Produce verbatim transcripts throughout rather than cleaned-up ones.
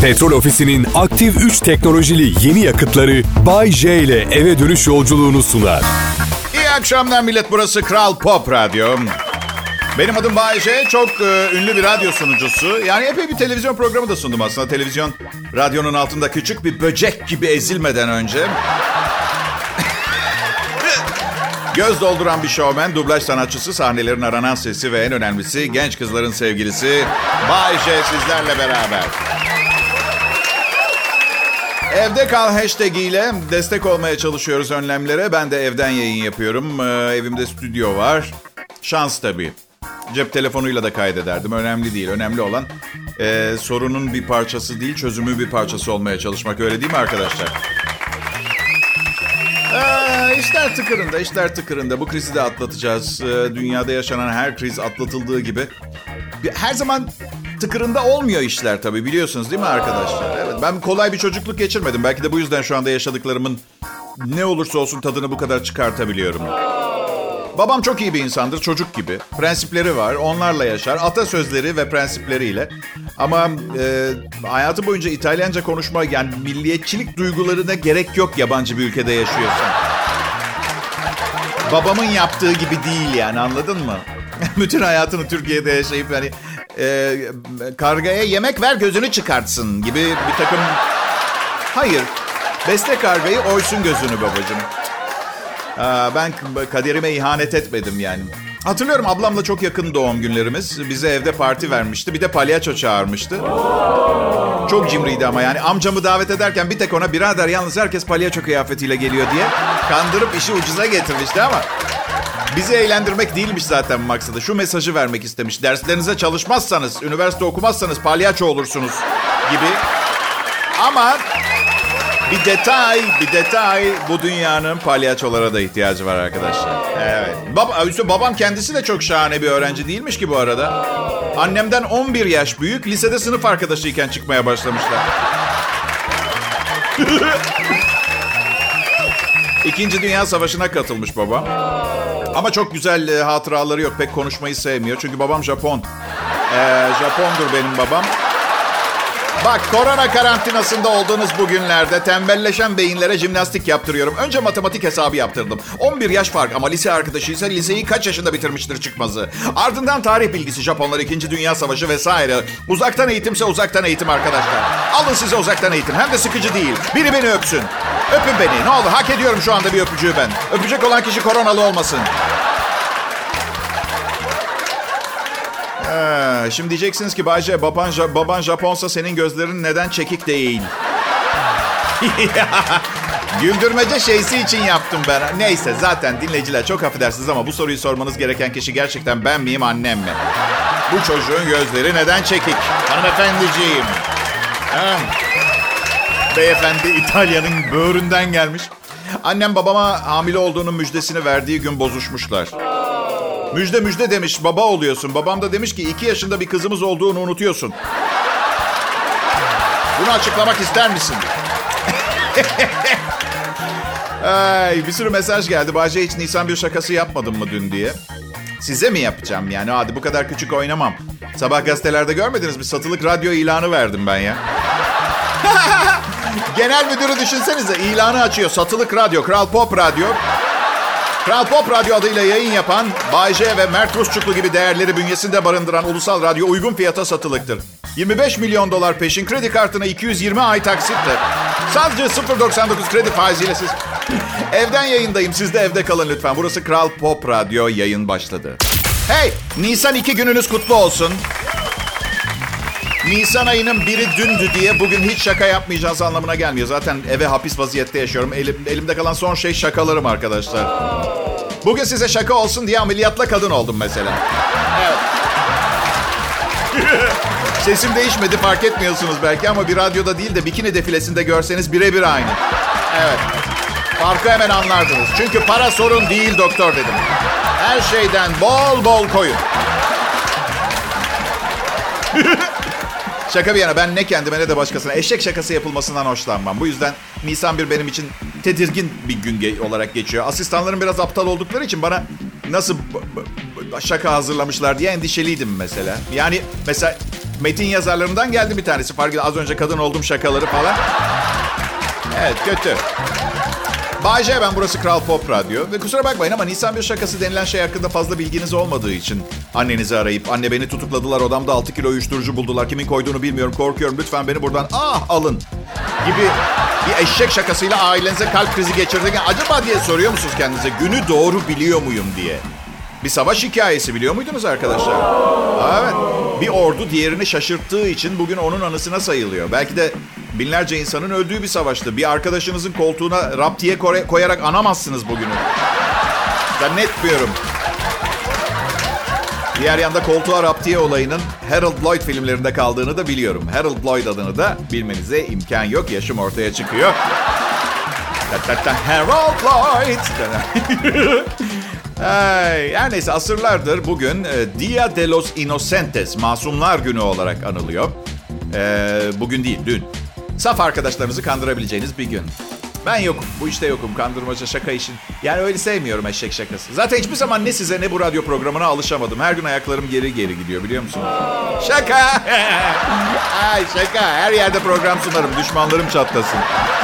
Petrol Ofisi'nin aktif üç teknolojili yeni yakıtları Bay J ile eve dönüş yolculuğunu sunar. İyi akşamlar millet, burası Kral Pop Radyo. Benim adım Bay J, çok e, ünlü bir radyo sunucusu. Yani epey bir televizyon programı da sundum aslında. Televizyon, radyonun altında küçük bir böcek gibi ezilmeden önce. Göz dolduran bir şovmen, dublaj sanatçısı, sahnelerin aranan sesi ve en önemlisi genç kızların sevgilisi Bay J sizlerle beraber. Evde kal hashtag ile destek olmaya çalışıyoruz önlemlere. Ben de evden yayın yapıyorum. Ee, evimde stüdyo var. Şans tabii. Cep telefonuyla da kaydederdim. Önemli değil. Önemli olan e, sorunun bir parçası değil, çözümün bir parçası olmaya çalışmak. Öyle değil mi arkadaşlar? Ee, işler tıkırında, işler tıkırında. Bu krizi de atlatacağız. Ee, dünyada yaşanan her kriz atlatıldığı gibi. Her zaman tıkırında olmuyor işler tabii, biliyorsunuz değil mi arkadaşlar? Evet, ben kolay bir çocukluk geçirmedim. Belki de bu yüzden şu anda yaşadıklarımın ne olursa olsun tadını bu kadar çıkartabiliyorum. Babam çok iyi bir insandır, çocuk gibi. Prensipleri var, onlarla yaşar. Atasözleri ve prensipleriyle. Ama e, hayatı boyunca İtalyanca konuşma, yani milliyetçilik duygularına gerek yok yabancı bir ülkede yaşıyorsan. Babamın yaptığı gibi değil yani, anladın mı? Bütün hayatını Türkiye'de yaşayıp hani e, kargaya yemek ver gözünü çıkartsın gibi bir takım... Hayır, besle kargayı oysun gözünü babacığım. Aa, ben kaderime ihanet etmedim yani. Hatırlıyorum, ablamla çok yakın doğum günlerimiz. Bize evde parti vermişti. Bir de palyaço çağırmıştı. Çok cimriydi ama yani. Amcamı davet ederken bir tek ona birader yalnız herkes palyaço kıyafetiyle geliyor diye kandırıp işi ucuza getirmişti ama bizi eğlendirmek değilmiş zaten maksadı. Şu mesajı vermek istemiş. Derslerinize çalışmazsanız, üniversite okumazsanız palyaço olursunuz gibi. Ama bir detay, bir detay. Bu dünyanın palyaçolara da ihtiyacı var arkadaşlar. Evet. Baba, babam kendisi de çok şahane bir öğrenci değilmiş ki bu arada. Annemden on bir yaş büyük, lisede sınıf arkadaşıyken çıkmaya başlamışlar. İkinci Dünya Savaşı'na katılmış babam. Ama çok güzel e, hatıraları yok. Pek konuşmayı sevmiyor. Çünkü babam Japon. Ee, Japondur benim babam. Bak, korona karantinasında olduğunuz bu günlerde tembelleşen beyinlere jimnastik yaptırıyorum. Önce matematik hesabı yaptırdım. on bir yaş fark ama lise arkadaşıysa liseyi kaç yaşında bitirmiştir çıkmazı. Ardından tarih bilgisi, Japonlar, İkinci Dünya Savaşı vesaire. Uzaktan eğitimse uzaktan eğitim arkadaşlar. Alın size uzaktan eğitim. Hem de sıkıcı değil. Biri beni öpsün. Öpün beni. Ne olur, hak ediyorum şu anda bir öpücüğü ben. Öpecek olan kişi koronalı olmasın. Ee, şimdi diyeceksiniz ki Bayce, baban, baban Japonsa senin gözlerin neden çekik değil? Güldürmece şeysi için yaptım ben. Neyse, zaten dinleyiciler çok affedersiniz ama bu soruyu sormanız gereken kişi gerçekten ben miyim, annem mi? Bu çocuğun gözleri neden çekik? Hanımefendiciğim. Ha. Beyefendi İtalya'nın böğründen gelmiş. Annem babama hamile olduğunun müjdesini verdiği gün bozuşmuşlar. Müjde müjde demiş, baba oluyorsun. Babam da demiş ki iki yaşında bir kızımız olduğunu unutuyorsun. Bunu açıklamak ister misin? Ay, bir sürü mesaj geldi. Bahçe, hiç Nisan bir şakası yapmadın mı dün diye. Size mi yapacağım yani? Hadi bu kadar küçük oynamam. Sabah gazetelerde görmediniz mi? Satılık radyo ilanı verdim ben ya. Genel müdürü düşünsenize, ilanı açıyor. Satılık radyo, Kral Pop Radyo. Kral Pop Radyo adıyla yayın yapan Bay J ve Mert Rusçuklu gibi değerleri bünyesinde barındıran ulusal radyo uygun fiyata satılıktır. yirmi beş milyon dolar peşin, kredi kartına iki yüz yirmi ay taksitle. Sadece sıfır doksan dokuz kredi faiziyle siz... Evden yayındayım, siz de evde kalın lütfen. Burası Kral Pop Radyo, yayın başladı. Hey, Nisan iki gününüz kutlu olsun. Nisan ayının biri dündü diye bugün hiç şaka yapmayacağız anlamına gelmiyor. Zaten eve hapis vaziyette yaşıyorum. Elim, elimde kalan son şey şakalarım arkadaşlar. Bugün size şaka olsun diye ameliyatla kadın oldum mesela. Evet. Sesim değişmedi, fark etmiyorsunuz belki ama bir radyoda değil de bikini defilesinde görseniz birebir aynı. Evet. Farkı hemen anlardınız. Çünkü para sorun değil doktor dedim. Her şeyden bol bol koyun. Şaka bir yana, ben ne kendime ne de başkasına eşek şakası yapılmasından hoşlanmam. Bu yüzden Nisan bir benim için tedirgin bir gün olarak geçiyor. Asistanlarım biraz aptal oldukları için bana nasıl şaka hazırlamışlar diye endişeliydim mesela. Yani mesela Metin yazarlarından geldi bir tanesi. Fark edin, az önce kadın oldum şakaları falan. Evet, kötü. Bay J, ben burası Kral Pop Radyo. Ve kusura bakmayın ama Nisan bir şakası denilen şey hakkında fazla bilginiz olmadığı için annenizi arayıp anne beni tutukladılar, odamda altı kilo uyuşturucu buldular, kimin koyduğunu bilmiyorum, korkuyorum, lütfen beni buradan ah alın gibi bir eşek şakasıyla ailenize kalp krizi geçirdiğinde acaba diye soruyor musunuz kendinize, günü doğru biliyor muyum diye. Bir savaş hikayesi biliyor muydunuz arkadaşlar? Evet. Bir ordu diğerini şaşırttığı için bugün onun anısına sayılıyor. Belki de binlerce insanın öldüğü bir savaştı. Bir arkadaşınızın koltuğuna raptiye koyarak anamazsınız bugünü. Zannetmiyorum. Diğer yanda koltuğa raptiye olayının Harold Lloyd filmlerinde kaldığını da biliyorum. Harold Lloyd adını da bilmenize imkan yok. Yaşım ortaya çıkıyor. Harold Lloyd. Ay, her neyse, asırlardır bugün e, Dia de los Inocentes, Masumlar Günü olarak anılıyor. E, bugün değil, dün. Saf arkadaşlarınızı kandırabileceğiniz bir gün. Ben yokum, bu işte yokum, kandırmaca, şaka işin. Yani öyle sevmiyorum eşek şakası. Zaten hiçbir zaman ne size ne bu radyo programına alışamadım. Her gün ayaklarım geri geri gidiyor, biliyor musunuz? Şaka! Ay şaka, her yerde program sunarım, düşmanlarım çatlasın.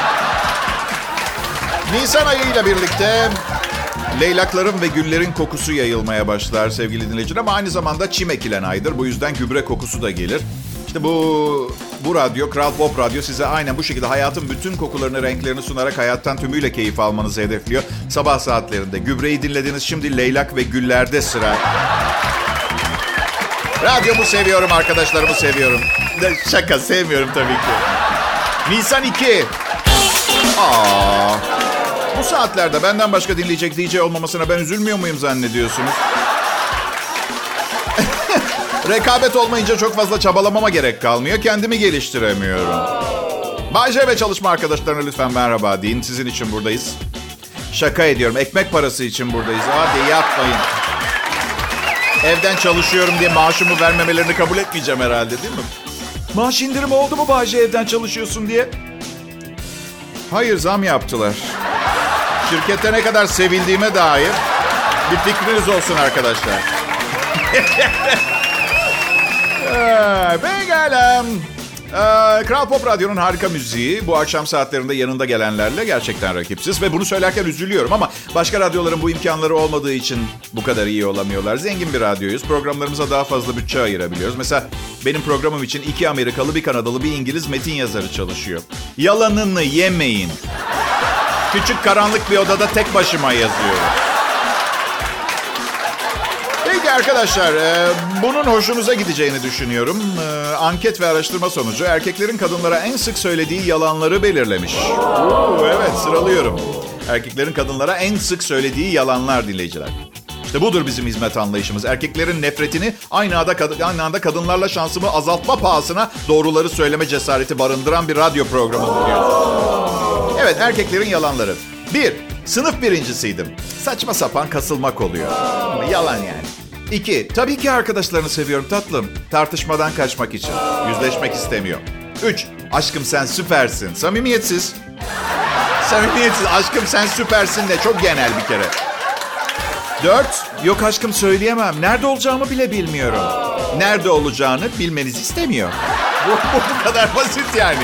Nisan ayıyla birlikte leylakların ve güllerin kokusu yayılmaya başlar sevgili dinleyiciler. Ama aynı zamanda çim ekilen aydır. Bu yüzden gübre kokusu da gelir. İşte bu bu radyo, Kral Pop Radyo size aynen bu şekilde hayatın bütün kokularını, renklerini sunarak hayattan tümüyle keyif almanızı hedefliyor. Sabah saatlerinde gübreyi dinlediniz, şimdi leylak ve güllerde sıra. Radyomu seviyorum, arkadaşlarımı seviyorum. Şaka, sevmiyorum tabii ki. Nisan iki. Aa. Bu saatlerde benden başka dinleyecek D J olmamasına ben üzülmüyor muyum zannediyorsunuz? Rekabet olmayınca çok fazla çabalamama gerek kalmıyor. Kendimi geliştiremiyorum. Bay J ve çalışma arkadaşlarına lütfen merhaba deyin. Sizin için buradayız. Şaka ediyorum. Ekmek parası için buradayız. Hadi yapmayın. Evden çalışıyorum diye maaşımı vermemelerini kabul etmeyeceğim herhalde, değil mi? Maaş indirimi oldu mu Bay J, evden çalışıyorsun diye? Hayır, zam yaptılar. Şirkette ne kadar sevildiğime dair bir fikriniz olsun arkadaşlar. Pekala. Ee, Kral Pop Radyo'nun harika müziği bu akşam saatlerinde yanında gelenlerle gerçekten rakipsiz. Ve bunu söylerken üzülüyorum ama başka radyoların bu imkanları olmadığı için bu kadar iyi olamıyorlar. Zengin bir radyoyuz. Programlarımıza daha fazla bütçe ayırabiliyoruz. Mesela benim programım için iki Amerikalı, bir Kanadalı, bir İngiliz metin yazarı çalışıyor. Yalanını yemeyin. Küçük karanlık bir odada tek başıma yazıyorum. Peki arkadaşlar, e, bunun hoşunuza gideceğini düşünüyorum. E, anket ve araştırma sonucu erkeklerin kadınlara en sık söylediği yalanları belirlemiş. Oo, evet, sıralıyorum. Erkeklerin kadınlara en sık söylediği yalanlar dinleyiciler. İşte budur bizim hizmet anlayışımız. Erkeklerin nefretini aynı anda, aynı anda kadınlarla şansımı azaltma pahasına doğruları söyleme cesareti barındıran bir radyo programı buluyoruz. Evet, erkeklerin yalanları. Bir, sınıf birincisiydim. Saçma sapan kasılmak oluyor. Ama yalan yani. İki, tabii ki arkadaşlarını seviyorum tatlım. Tartışmadan kaçmak için. Yüzleşmek istemiyor. Üç, aşkım sen süpersin. Samimiyetsiz. Samimiyetsiz. Aşkım sen süpersin de çok genel bir kere. Dört, yok aşkım söyleyemem. Nerede olacağımı bile bilmiyorum. Nerede olacağını bilmenizi istemiyor. Bu, bu, bu kadar basit yani.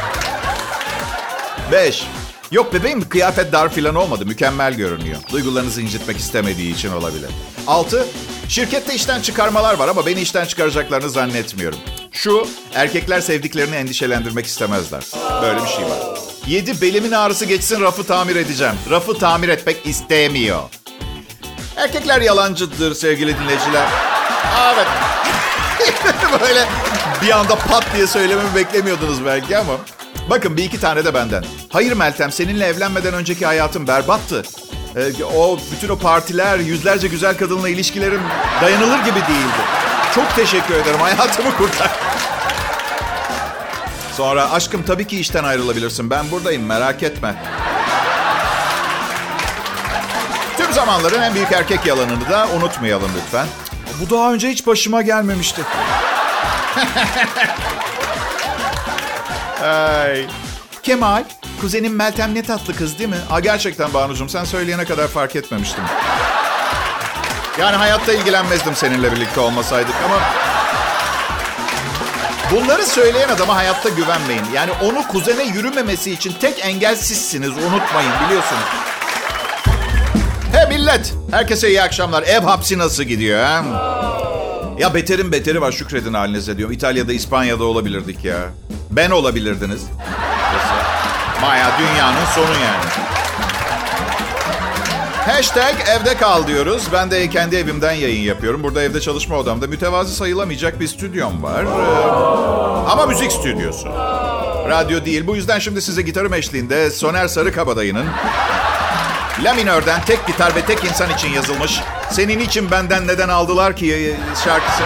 Beş, yok bebeğim kıyafet dar filan olmadı. Mükemmel görünüyor. Duygularınızı incitmek istemediği için olabilir. Altı, şirkette işten çıkarmalar var ama beni işten çıkaracaklarını zannetmiyorum. Şu, erkekler sevdiklerini endişelendirmek istemezler. Böyle bir şey var. Yedi, belimin ağrısı geçsin rafı tamir edeceğim. Rafı tamir etmek istemiyor. Erkekler yalancıdır sevgili dinleyiciler. Aa, evet. Böyle bir anda pat diye söylememi beklemiyordunuz belki ama. Bakın bir iki tane de benden. Hayır Meltem, seninle evlenmeden önceki hayatım berbattı. Ee, o bütün o partiler, yüzlerce güzel kadınla ilişkilerim dayanılır gibi değildi. Çok teşekkür ederim, hayatımı kurtar. Sonra aşkım tabii ki işten ayrılabilirsin. Ben buradayım, merak etme. Tüm zamanların en büyük erkek yalanını da unutmayalım lütfen. Bu daha önce hiç başıma gelmemişti. Ay. Kemal, kuzenim Meltem ne tatlı kız değil mi? Aa, gerçekten Banucuğum, sen söyleyene kadar fark etmemiştim. Yani hayatta ilgilenmezdim seninle birlikte olmasaydık ama... Bunları söyleyen adama hayatta güvenmeyin. Yani onu kuzene yürümemesi için tek engel sizsiniz. Unutmayın, biliyorsunuz. He millet, herkese iyi akşamlar. Ev hapsi nasıl gidiyor ha? Ya beterin beteri var, şükredin halinize diyorum. İtalya'da, İspanya'da olabilirdik ya. Ben olabilirdiniz. Baya dünyanın sonu yani. Hashtag evde kal diyoruz. Ben de kendi evimden yayın yapıyorum. Burada evde çalışma odamda mütevazi sayılamayacak bir stüdyom var. Ee, ama müzik stüdyosu. Radyo değil. Bu yüzden şimdi size gitarım eşliğinde Soner Sarıkabadayı'nın La Minör'den tek gitar ve tek insan için yazılmış Senin için benden neden aldılar ki şarkısını...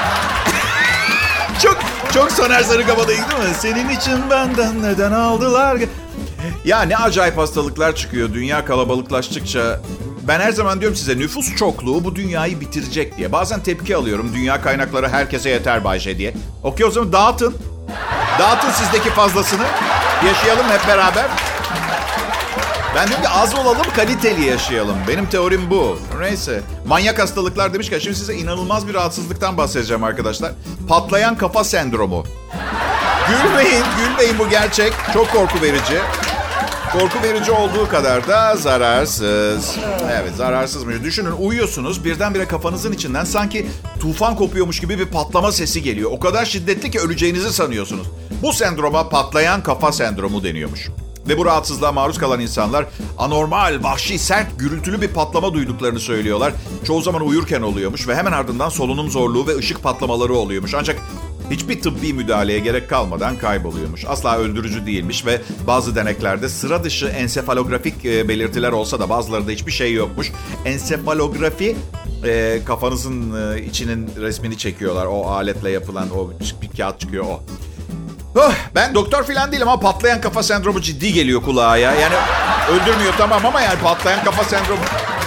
çok çok Soner Sarıkabadayı değil mi? Senin için benden neden aldılar... Ya ne acayip hastalıklar çıkıyor dünya kalabalıklaştıkça. Ben her zaman diyorum size, nüfus çokluğu bu dünyayı bitirecek diye. Bazen tepki alıyorum, dünya kaynakları herkese yeter Bayce diye. Okey, o zaman dağıtın. Dağıtın sizdeki fazlasını. Yaşayalım hep beraber. Ben diyorum ki az olalım, kaliteli yaşayalım. Benim teorim bu. Neyse. Manyak hastalıklar demişken şimdi size inanılmaz bir rahatsızlıktan bahsedeceğim arkadaşlar. Patlayan kafa sendromu. Gülmeyin, gülmeyin, bu gerçek. Çok korku verici. Korku verici olduğu kadar da zararsız. Evet, zararsızmış. Düşünün, uyuyorsunuz, birdenbire kafanızın içinden sanki tufan kopuyormuş gibi bir patlama sesi geliyor. O kadar şiddetli ki öleceğinizi sanıyorsunuz. Bu sendroma patlayan kafa sendromu deniyormuş. Ve bu rahatsızlığa maruz kalan insanlar anormal, vahşi, sert, gürültülü bir patlama duyduklarını söylüyorlar. Çoğu zaman uyurken oluyormuş ve hemen ardından solunum zorluğu ve ışık patlamaları oluyormuş. Ancak hiçbir tıbbi müdahaleye gerek kalmadan kayboluyormuş. Asla öldürücü değilmiş ve bazı deneklerde sıra dışı ensefalografik belirtiler olsa da bazılarında hiçbir şey yokmuş. Ensefalografi, e, kafanızın e, içinin resmini çekiyorlar. O aletle yapılan, o bir kağıt çıkıyor o. Oh, ben doktor falan değilim ama patlayan kafa sendromu ciddi geliyor kulağa ya. Yani öldürmüyor tamam ama yani patlayan kafa sendromu...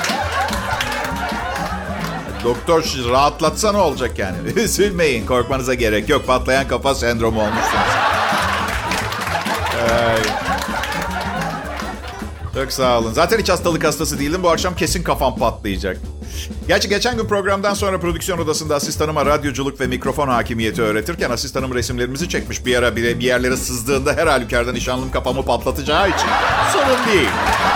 Doktor rahatlatsa ne olacak yani? Üzülmeyin, korkmanıza gerek yok. Patlayan kafa sendromu olmuşsunuz. Ay. Çok sağ olun. Zaten hiç hastalık hastası değildim. Bu akşam kesin kafam patlayacak. Gerçi geçen gün programdan sonra prodüksiyon odasında asistanıma radyoculuk ve mikrofon hakimiyeti öğretirken asistanım resimlerimizi çekmiş. Bir ara bir, bir yerlere sızdığında her halükarda nişanlım kafamı patlatacağı için sorun değil.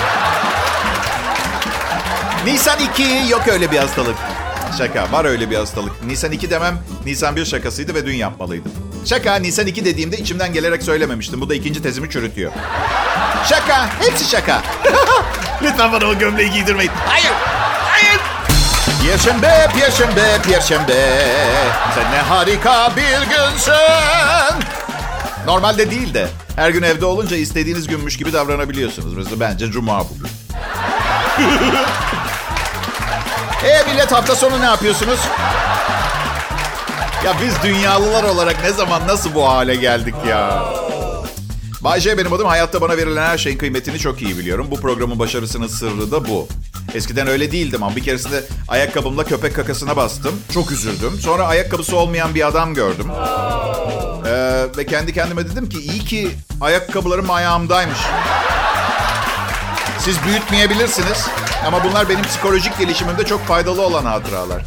Nisan iki, yok öyle bir hastalık. Şaka, var öyle bir hastalık. Nisan iki demem, Nisan bir şakasıydı ve dün yapmalıydım. Şaka, Nisan iki dediğimde içimden gelerek söylememiştim. Bu da ikinci tezimi çürütüyor. Şaka, hepsi şaka. Lütfen bana o gömleği giydirmeyin. Hayır, hayır. Perşembe, perşembe, perşembe. Sen ne harika bir günsün. Normalde değil de her gün evde olunca istediğiniz günmüş gibi davranabiliyorsunuz. Mesela bence cuma bugün. E millet, hafta sonu ne yapıyorsunuz? Ya biz dünyalılar olarak ne zaman nasıl bu hale geldik ya? Bay J benim adım. Hayatta bana verilen her şeyin kıymetini çok iyi biliyorum. Bu programın başarısının sırrı da bu. Eskiden öyle değildim ama bir keresinde ayakkabımla köpek kakasına bastım. Çok üzüldüm. Sonra ayakkabısı olmayan bir adam gördüm. Ee, ve kendi kendime dedim ki iyi ki ayakkabılarım ayağımdaymış. Siz büyütmeyebilirsiniz ama bunlar benim psikolojik gelişimimde çok faydalı olan hatıralar.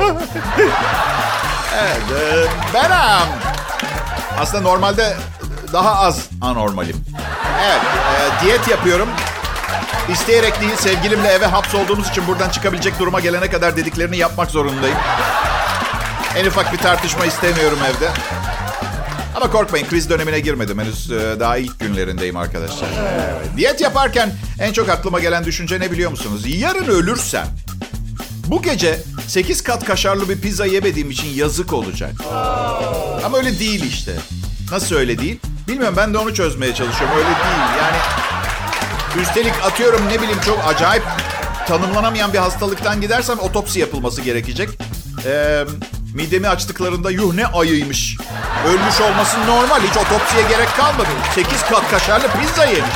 Evet, e, ben am. Aslında normalde daha az anormalim. Evet, e, diyet yapıyorum. İsteyerek değil, sevgilimle eve hapsolduğumuz için buradan çıkabilecek duruma gelene kadar dediklerini yapmak zorundayım. En ufak bir tartışma istemiyorum evde. Ama korkmayın, kriz dönemine girmedim. Henüz daha ilk günlerindeyim arkadaşlar. Evet. Diyet yaparken en çok aklıma gelen düşünce ne biliyor musunuz? Yarın ölürsem bu gece sekiz kat kaşarlı bir pizza yemediğim için yazık olacak. Ama öyle değil işte. Nasıl öyle değil? Bilmiyorum, ben de onu çözmeye çalışıyorum. Öyle değil yani. Üstelik atıyorum ne bileyim çok acayip tanımlanamayan bir hastalıktan gidersem otopsi yapılması gerekecek. Eee... Midemi açtıklarında yuh ne ayıymış. Ölmüş olması normal. Hiç otopsiye gerek kalmadı. sekiz kat kaşarlı pizza yemiş.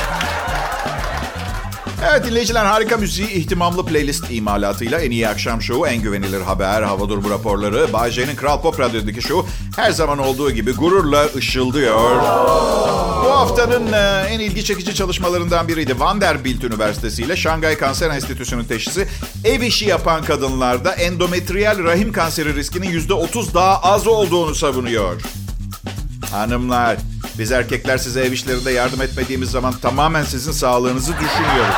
Evet dinleyiciler, harika müziği, ihtimamlı playlist imalatıyla en iyi akşam şovu, en güvenilir haber, hava durumu raporları, Bay J'nin Kral Pop Radyo'daki şovu her zaman olduğu gibi gururla ışıldıyor. Bu haftanın en ilgi çekici çalışmalarından biriydi. Vanderbilt Üniversitesi ile Şangay Kanser Enstitüsü'nün teşhisi ev işi yapan kadınlarda endometriyal rahim kanseri riskinin yüzde otuz daha az olduğunu savunuyor. Hanımlar, biz erkekler size ev işlerinde yardım etmediğimiz zaman tamamen sizin sağlığınızı düşünüyoruz.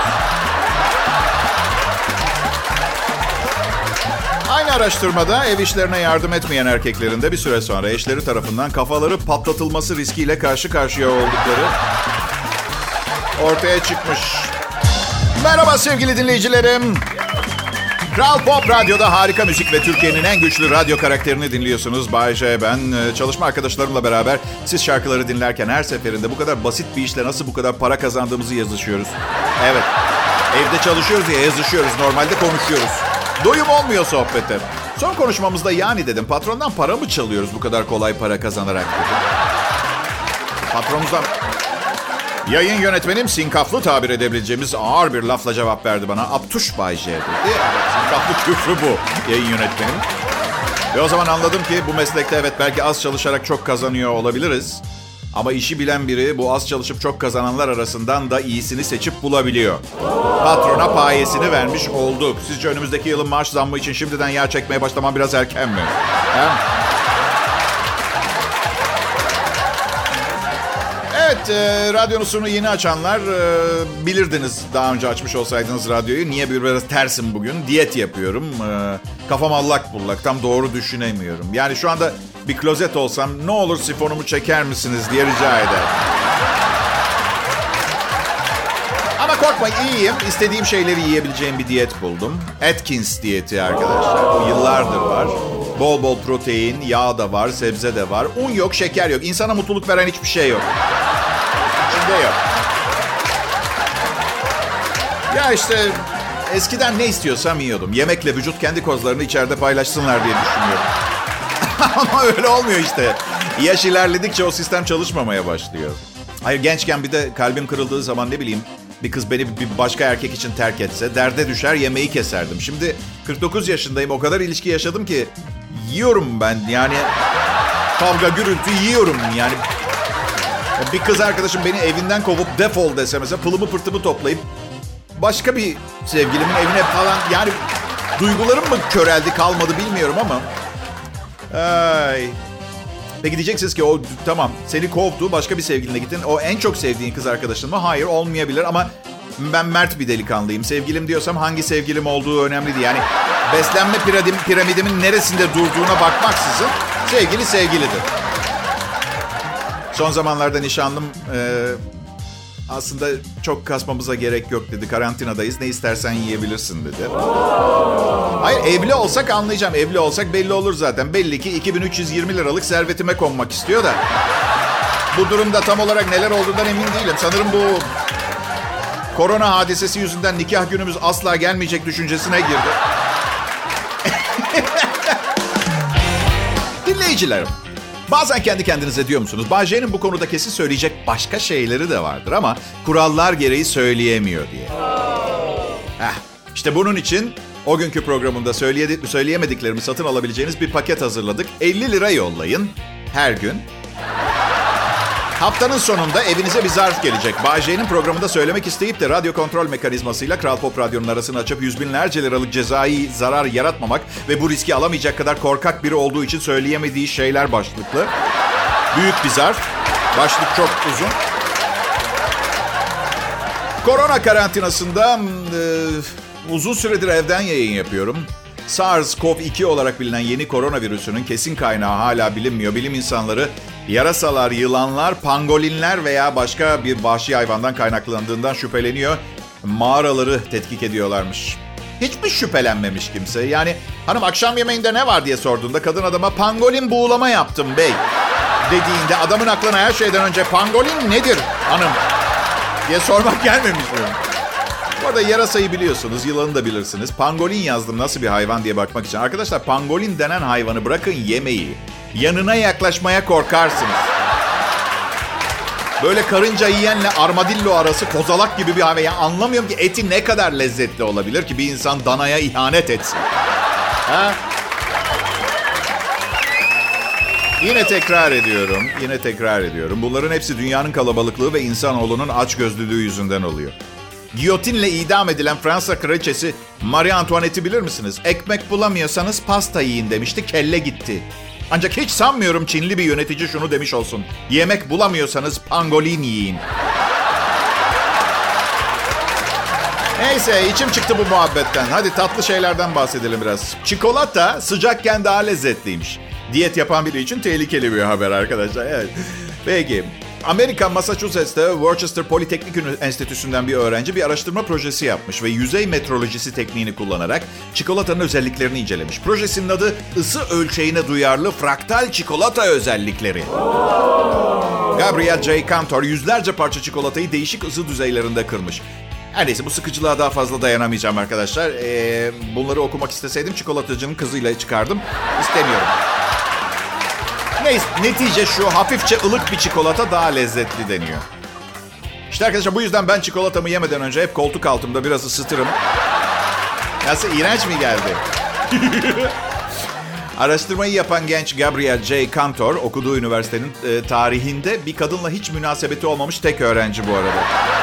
Aynı araştırmada ev işlerine yardım etmeyen erkeklerin de bir süre sonra eşleri tarafından kafaları patlatılması riskiyle karşı karşıya oldukları ortaya çıkmış. Merhaba sevgili dinleyicilerim. Kral Pop Radyo'da harika müzik ve Türkiye'nin en güçlü radyo karakterini dinliyorsunuz. Bay J ben. Çalışma arkadaşlarımla beraber siz şarkıları dinlerken her seferinde bu kadar basit bir işle nasıl bu kadar para kazandığımızı yazışıyoruz. Evet, evde çalışıyoruz ya yazışıyoruz. Normalde konuşuyoruz. Doyum olmuyor sohbete. Son konuşmamızda yani dedim, patrondan para mı çalıyoruz bu kadar kolay para kazanarak dedim. Patronumuzdan... Yayın yönetmenim sinkaflı tabir edebileceğimiz ağır bir lafla cevap verdi bana. Aptuş Bay J dedi. Evet, sinkaflı küfrü bu yayın yönetmenim. Ve o zaman anladım ki bu meslekte evet belki az çalışarak çok kazanıyor olabiliriz. Ama işi bilen biri bu az çalışıp çok kazananlar arasından da iyisini seçip bulabiliyor. Patrona payesini vermiş olduk. Sizce önümüzdeki yılın maaş zammı için şimdiden yağ çekmeye başlamam biraz erken mi? He? Evet, e, radyonusunu yeni açanlar e, bilirdiniz daha önce açmış olsaydınız radyoyu. Niye bir biraz tersim bugün? Diyet yapıyorum. E, kafam allak bullak, tam doğru düşünemiyorum. Yani şu anda bir klozet olsam ne olur sifonumu çeker misiniz diye rica eder. Ama korkmayın, iyiyim. İstediğim şeyleri yiyebileceğim bir diyet buldum. Atkins diyeti arkadaşlar. Bu yıllardır var. Bol bol protein, yağ da var, sebze de var. Un yok, şeker yok. İnsana mutluluk veren hiçbir şey yok. İçinde yok. Ya işte eskiden ne istiyorsam yiyordum. Yemekle vücut kendi kozlarını içeride paylaşsınlar diye düşünüyorum. Ama öyle olmuyor işte. Yaş ilerledikçe o sistem çalışmamaya başlıyor. Hayır, gençken bir de kalbim kırıldığı zaman ne bileyim bir kız beni bir başka erkek için terk etse derde düşer yemeği keserdim. Şimdi kırk dokuz yaşındayım, o kadar ilişki yaşadım ki yiyorum ben yani kavga gürültü yiyorum yani. Bir kız arkadaşım beni evinden kovup defol dese mesela pılımı pırtımı toplayıp başka bir sevgilimin evine falan yani duygularım mı köreldi kalmadı bilmiyorum ama. Ay. Peki diyeceksiniz ki o tamam seni kovdu başka bir sevgiline gittin. O en çok sevdiğin kız arkadaşın mı? Hayır, olmayabilir ama ben mert bir delikanlıyım. Sevgilim diyorsam hangi sevgilim olduğu önemli değil. Yani beslenme piradim, piramidimin neresinde durduğuna bakmaksızın sevgili sevgilidir. Son zamanlarda nişanlım e, aslında çok kasmamıza gerek yok dedi. Karantinadayız, ne istersen yiyebilirsin dedi. Hayır, evli olsak anlayacağım. Evli olsak belli olur zaten. Belli ki iki bin üç yüz yirmi liralık servetime konmak istiyor da. Bu durumda tam olarak neler olduğundan emin değilim. Sanırım bu korona hadisesi yüzünden nikah günümüz asla gelmeyecek düşüncesine girdi. Dinleyicilerim, bazen kendi kendinize diyor musunuz? Bay J'nin bu konuda kesin söyleyecek başka şeyleri de vardır ama kurallar gereği söyleyemiyor diye. Heh, işte bunun için o günkü programında söyleye- söyleyemediklerimi satın alabileceğiniz bir paket hazırladık. elli lira yollayın her gün. Haftanın sonunda evinize bir zarf gelecek. Bay J'nin programında söylemek isteyip de radyo kontrol mekanizmasıyla Kral Pop Radyo'nun arasını açıp yüz binlerce liralık cezai zarar yaratmamak ve bu riski alamayacak kadar korkak biri olduğu için söyleyemediği şeyler başlıklı. Büyük bir zarf. Başlık çok uzun. Korona karantinasında e, uzun süredir evden yayın yapıyorum. SARS-CoV iki olarak bilinen yeni koronavirüsünün kesin kaynağı hala bilinmiyor. Bilim insanları yarasalar, yılanlar, pangolinler veya başka bir vahşi hayvandan kaynaklandığından şüpheleniyor. Mağaraları tetkik ediyorlarmış. Hiç mi şüphelenmemiş kimse? Yani hanım akşam yemeğinde ne var diye sorduğunda kadın adama pangolin buğulama yaptım bey dediğinde adamın aklına her şeyden önce pangolin nedir hanım diye sormak gelmemiş mi? Bu arada yarasayı biliyorsunuz, yılanı da bilirsiniz. Pangolin yazdım nasıl bir hayvan diye bakmak için. Arkadaşlar pangolin denen hayvanı bırakın yemeği. Yanına yaklaşmaya korkarsınız. Böyle karınca yiyenle armadillo arası kozalak gibi bir hayvan. Yani anlamıyorum ki eti ne kadar lezzetli olabilir ki bir insan danaya ihanet etsin. Ha? Yine tekrar ediyorum, yine tekrar ediyorum. Bunların hepsi dünyanın kalabalıklığı ve insanoğlunun açgözlülüğü yüzünden oluyor. Giyotinle idam edilen Fransa kraliçesi Marie Antoinette'i bilir misiniz? Ekmek bulamıyorsanız pasta yiyin demişti, kelle gitti. Ancak hiç sanmıyorum Çinli bir yönetici şunu demiş olsun: yemek bulamıyorsanız pangolin yiyin. Neyse, içim çıktı bu muhabbetten. Hadi tatlı şeylerden bahsedelim biraz. Çikolata sıcakken daha lezzetliymiş. Diyet yapan biri için tehlikeli bir haber arkadaşlar. Evet. Peki. Amerika Massachusetts'te Worcester Politeknik Enstitüsü'nden bir öğrenci bir araştırma projesi yapmış ve yüzey metrolojisi tekniğini kullanarak çikolatanın özelliklerini incelemiş. Projesinin adı ısı ölçeğine duyarlı fraktal çikolata özellikleri. Gabriel J. Cantor yüzlerce parça çikolatayı değişik ısı düzeylerinde kırmış. Her neyse, bu sıkıcılığa daha fazla dayanamayacağım arkadaşlar. Ee, bunları okumak isteseydim çikolatacının kızıyla çıkardım. İstemiyorum. Neyse, netice şu: hafifçe ılık bir çikolata daha lezzetli deniyor. İşte arkadaşlar, bu yüzden ben çikolatamı yemeden önce hep koltuk altımda biraz ısıtırım. Nasıl, iğrenç mi geldi? Araştırmayı yapan genç Gabriel J. Cantor okuduğu üniversitenin e, tarihinde bir kadınla hiç münasebeti olmamış tek öğrenci bu arada.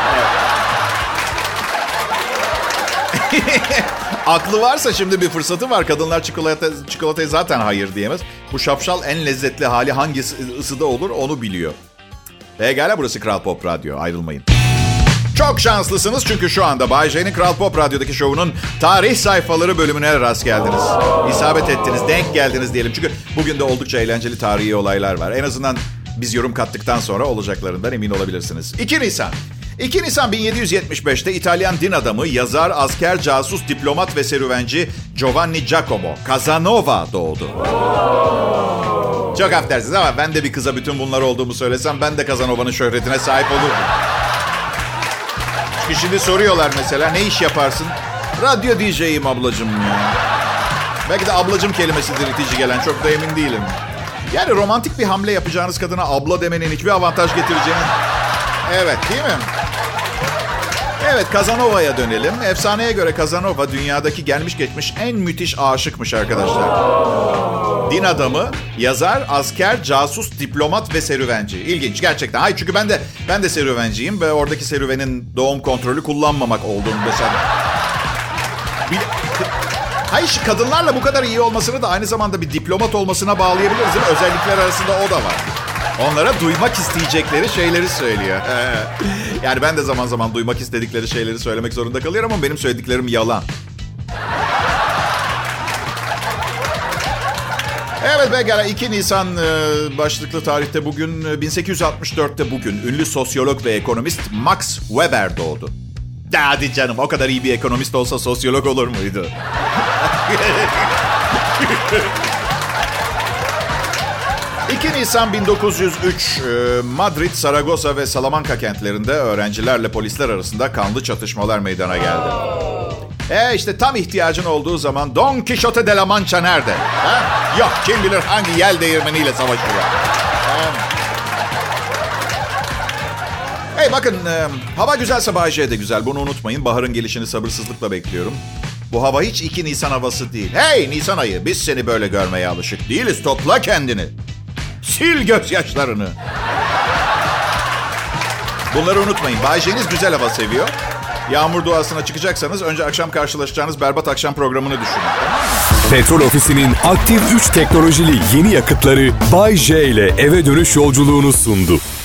Aklı varsa şimdi bir fırsatı var. Kadınlar çikolata, çikolataya zaten hayır diyemez. Bu şapşal en lezzetli hali hangi ısıda olur onu biliyor. Pekala, burası Kral Pop Radyo. Ayrılmayın. Çok şanslısınız çünkü şu anda Bay J'nin Kral Pop Radyo'daki şovunun tarih sayfaları bölümüne rast geldiniz. İsabet ettiniz, denk geldiniz diyelim. Çünkü bugün de oldukça eğlenceli tarihi olaylar var. En azından biz yorum kattıktan sonra olacaklarından emin olabilirsiniz. iki Nisan. iki Nisan bin yedi yüz yetmiş beşte İtalyan din adamı, yazar, asker, casus, diplomat ve serüvenci Giovanni Giacomo Casanova doğdu. Çok affedersiniz ama ben de bir kıza bütün bunlar olduğumu söylesem ben de Casanova'nın şöhretine sahip olurdum. Çünkü şimdi soruyorlar mesela, ne iş yaparsın? Radyo D J'yim ablacığım ya. Belki de ablacığım kelimesidir itici gelen, çok da emin değilim. Yani romantik bir hamle yapacağınız kadına abla demenin hiçbir avantaj getireceğini... Evet, değil mi? Evet, Casanova'ya dönelim. Efsaneye göre Casanova dünyadaki gelmiş geçmiş en müthiş aşıkmış arkadaşlar. Din adamı, yazar, asker, casus, diplomat ve serüvenci. İlginç gerçekten. Hayır, çünkü ben de ben de serüvenciyim ve oradaki serüvenin doğum kontrolü kullanmamak olduğunu mesela. Bir, hayır, kadınlarla bu kadar iyi olmasını da aynı zamanda bir diplomat olmasına bağlayabiliriz değil mi? Özellikler arasında o da var. Onlara duymak isteyecekleri şeyleri söylüyor. Yani ben de zaman zaman duymak istedikleri şeyleri söylemek zorunda kalıyorum ama benim söylediklerim yalan. Evet pekala, iki Nisan başlıklı tarihte bugün, bin sekiz yüz altmış dörtte bugün ünlü sosyolog ve ekonomist Max Weber doğdu. Hadi canım, o kadar iyi bir ekonomist olsa sosyolog olur muydu? iki Nisan bin dokuz yüz üç, Madrid, Saragossa ve Salamanca kentlerinde öğrencilerle polisler arasında kanlı çatışmalar meydana geldi. E işte tam ihtiyacın olduğu zaman Don Quixote de la Mancha nerede? Ha? Yok, kim bilir hangi yel değirmeniyle savaşıyor. Hey bakın, e, hava güzelse Bay J de güzel, bunu unutmayın. Baharın gelişini sabırsızlıkla bekliyorum. Bu hava hiç iki Nisan havası değil. Hey Nisan ayı, biz seni böyle görmeye alışık değiliz. Topla kendini. Sil gözyaşlarını. Bunları unutmayın. Bay J'niz güzel hava seviyor. Yağmur duasına çıkacaksanız önce akşam karşılaşacağınız berbat akşam programını düşünün. Petrol Ofisi'nin aktif üç teknolojili yeni yakıtları Bay J ile eve dönüş yolculuğunu sundu.